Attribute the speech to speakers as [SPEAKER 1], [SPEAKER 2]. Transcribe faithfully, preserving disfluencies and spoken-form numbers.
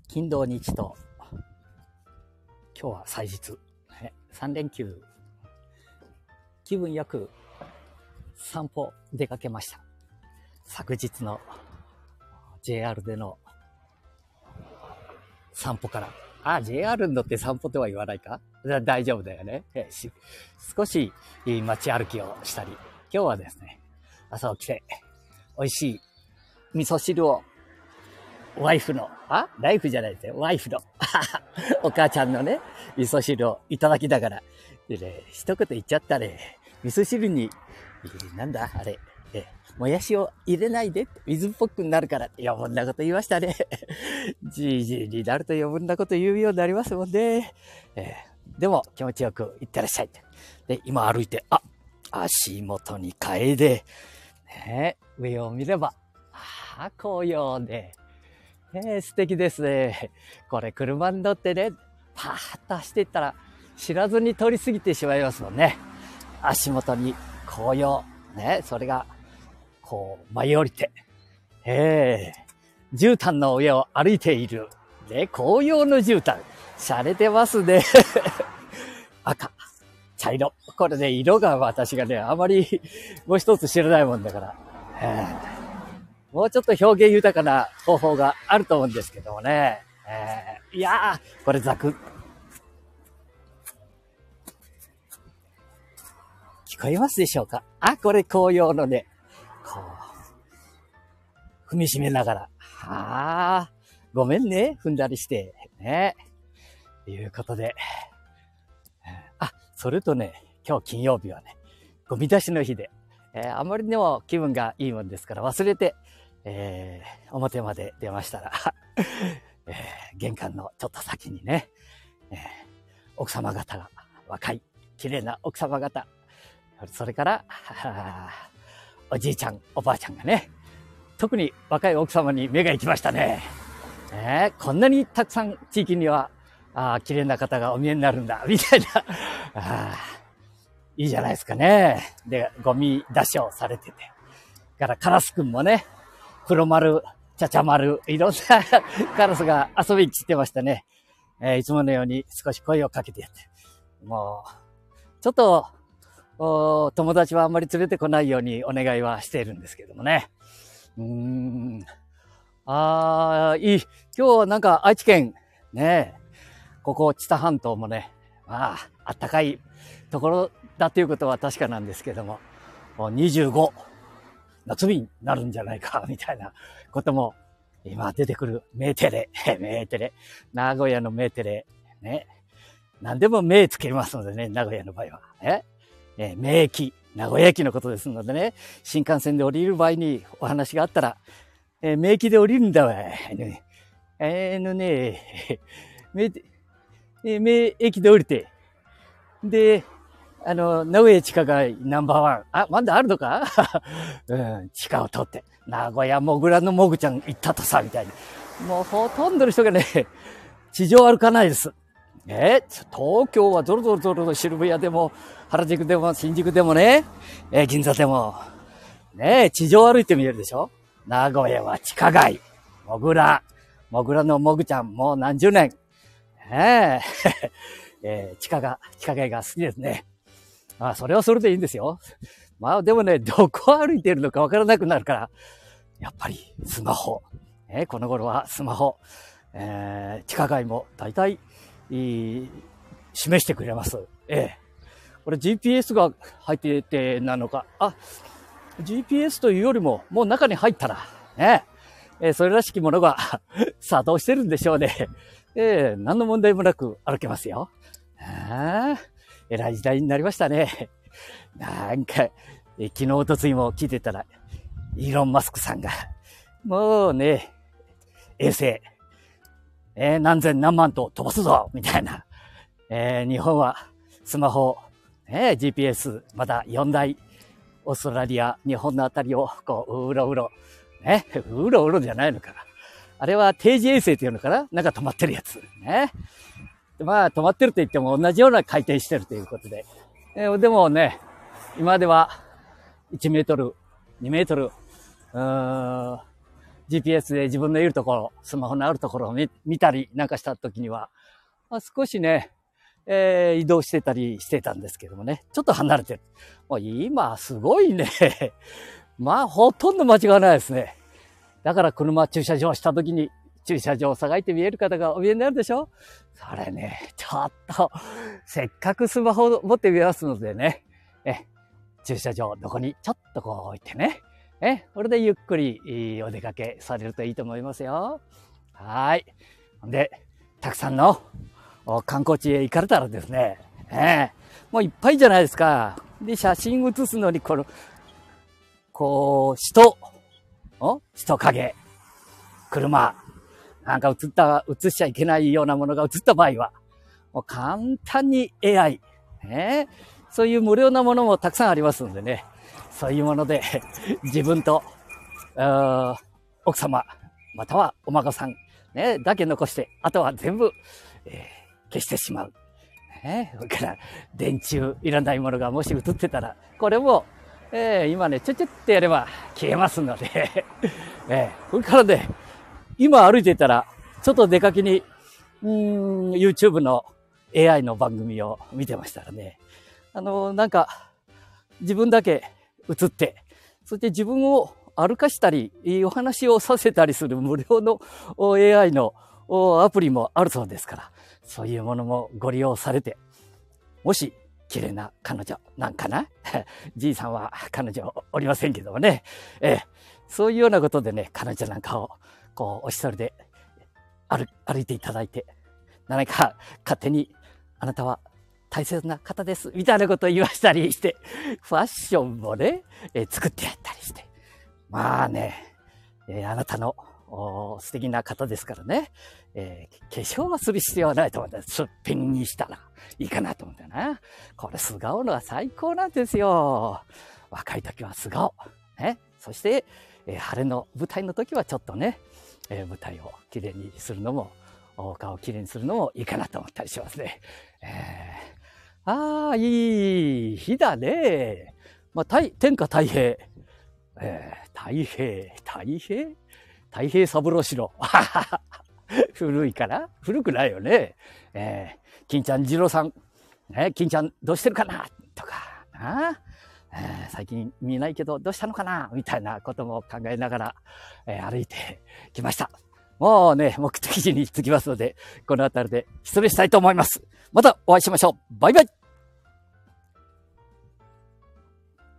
[SPEAKER 1] 金土日と、今日は祭日、さん連休、気分よく散歩出かけました。昨日の ジェイアール での散歩から。あ、ジェイアール に乗って散歩とは言わないか？大丈夫だよね。少し街歩きをしたり、今日はですね、朝起きて美味しい味噌汁をワイフの、あライフじゃないですよ。ワイフの。お母ちゃんのね、味噌汁をいただきながら。でね、一言言っちゃったね。味噌汁に、なんだあれ、え、もやしを入れないで、水っぽくなるからって余分なこと言いましたね。じいじいになると余分なこと言うようになりますもんね。えー、でも気持ちよくいってらっしゃい。で、今歩いて、あ、足元に楓。ね、上を見れば、あ、紅葉で、ね、素敵ですね。これ車に乗ってね、パーッと走っていったら知らずに通り過ぎてしまいますもんね。足元に紅葉、ね、それがこう舞い降りて、えー、絨毯の上を歩いている、ね、紅葉の絨毯、洒落てますね。赤、茶色、これね、色が私がね、あまりもう一つ知らないもんだから。えーもうちょっと表現豊かな方法があると思うんですけどもね。えー、いやー、これザク。聞こえますでしょうか？あ、これ紅葉のね、こう、踏みしめながら。はあ、ごめんね、踏んだりして。ね。ということで。あ、それとね、今日金曜日はね、ゴミ出しの日で。えー、あまりにも気分がいいもんですから忘れて、えー、表まで出ましたら、えー、玄関のちょっと先にね、えー、奥様方が、若い、綺麗な奥様方、それから、おじいちゃん、おばあちゃんがね、特に若い奥様に目が行きましたね。えー、こんなにたくさん地域には、あ綺麗な方がお見えになるんだ、みたいな。あいいじゃないですかね。で、ゴミ出しをされてて。からカラスくんもね、黒丸、ちゃちゃ丸、いろんなカラスが遊びに来てましたね。えー、いつものように少し声をかけてやって。もう、ちょっと、友達はあんまり連れてこないようにお願いはしているんですけどもね。うーん。あー、いい。今日はなんか愛知県、ね、ここ知多半島もね、まあ、あったかいところだということは確かなんですけども、にじゅうご、夏日になるんじゃないか、みたいなことも、今出てくるメーテレ、メーテレ、名古屋のメーテレ、ね。何でも名つけますのでね、名古屋の場合は。ね。え名駅、名古屋駅のことですのでね、新幹線で降りる場合にお話があったら、え名駅で降りるんだわ。ね、えー、のね、名、名駅で降りて、で、あの、名古屋地下街ナンバーワン。あ、まだあるのかうん、地下を通って。名古屋もぐらのもぐちゃん行ったとさ、みたいに。もうほとんどの人がね、地上歩かないです。え東京はゾロゾロゾロ渋谷でも、原宿でも、新宿でもね、え銀座でも、ね地上歩いてみるでしょ。名古屋は地下街。もぐら。もぐらのもぐちゃん、もう何十年。ねええー、地下が、地下街が好きですね。ああ、それはそれでいいんですよ。まあでもね、どこ歩いてるのかわからなくなるから、やっぱりスマホ。えー、この頃はスマホ。えー、地下街も大体、示してくれます。ええー。これ ジーピーエス が入っててなのか。あ、ジーピーエス というよりも、もう中に入ったら、ね、えー、それらしきものが作動してるんでしょうね。えー、何の問題もなく歩けますよ。ああ。えらい時代になりましたね。なんか、え昨日おとついも聞いてたら、イーロン・マスクさんが、もうね、衛星、えー、何千何万と飛ばすぞみたいな。えー、日本はスマホ、えー、ジーピーエス、まだよんだい、オーストラリア、日本のあたりを、こう、うろうろ、ね、うろうろじゃないのか。あれは定時衛星っていうのかな、なんか止まってるやつ。ね。まあ、止まってると言っても同じような回転してるということで。えー、でもね、今ではいちメートル、にメートル、うーん、 ジーピーエス で自分のいるところ、スマホのあるところを 見, 見たりなんかした時には、まあ、少しね、えー、移動してたりしてたんですけどもね、ちょっと離れてる。もう今、すごいね。まあ、ほとんど間違いないですね。だから車駐車場した時に、駐車場を探って見える方がお見えになるでしょ？それね、ちょっと、せっかくスマホを持ってみますのでね、え、駐車場どこにちょっとこう置いてね、え、これでゆっくりお出かけされるといいと思いますよ。はい。で、たくさんの観光地へ行かれたらですね、ええ、もういっぱいじゃないですか。で、写真写すのに、この、こう、人、お人影、車、なんか映った、映しちゃいけないようなものが映った場合は、もう簡単に エーアイ、ね、そういう無料なものもたくさんありますのでね、そういうもので自分と奥様、またはお孫さん、ね、だけ残して、あとは全部、えー、消してしまう。ね、それから電柱、いらないものがもし映ってたら、これも、えー、今ね、ちょちょってやれば消えますので、えー、それからね、今歩いてたら、ちょっと出かけに、うーん、YouTube の エーアイ の番組を見てましたらね、あの、なんか、自分だけ映って、そして自分を歩かしたり、お話をさせたりする無料の エーアイ のアプリもあるそうですから、そういうものもご利用されて、もし、綺麗な彼女なんかなじいさんは彼女おりませんけどもね、えー、そういうようなことでね、彼女なんかを、こう、お一人で歩、歩いていただいて、何か勝手に、あなたは大切な方です、みたいなことを言わしたりして、ファッションもね、えー、作ってやったりして。まあね、えー、あなたの素敵な方ですからね、えー、化粧はする必要はないと思うんだ。すっぴんにしたらいいかなと思うんだよな。これ素顔のは最高なんですよ。若い時は素顔。ね。そして、えー、晴れの舞台の時はちょっとね、えー、舞台をきれいにするのも、お顔をきれいにするのもいいかなと思ったりしますね。えー、ああ、いい日だね。まあ、大天下太平。えー、太平、太平太平三郎城。古いかな古くないよね。えー、金ちゃん二郎さん。ね、金ちゃんどうしてるかなとか、な、えー、最近見ないけどどうしたのかなみたいなことも考えながら、えー、歩いてきました。もうね、目的地に着きますので、この辺りで失礼したいと思います。またお会いしましょう。バイバイ。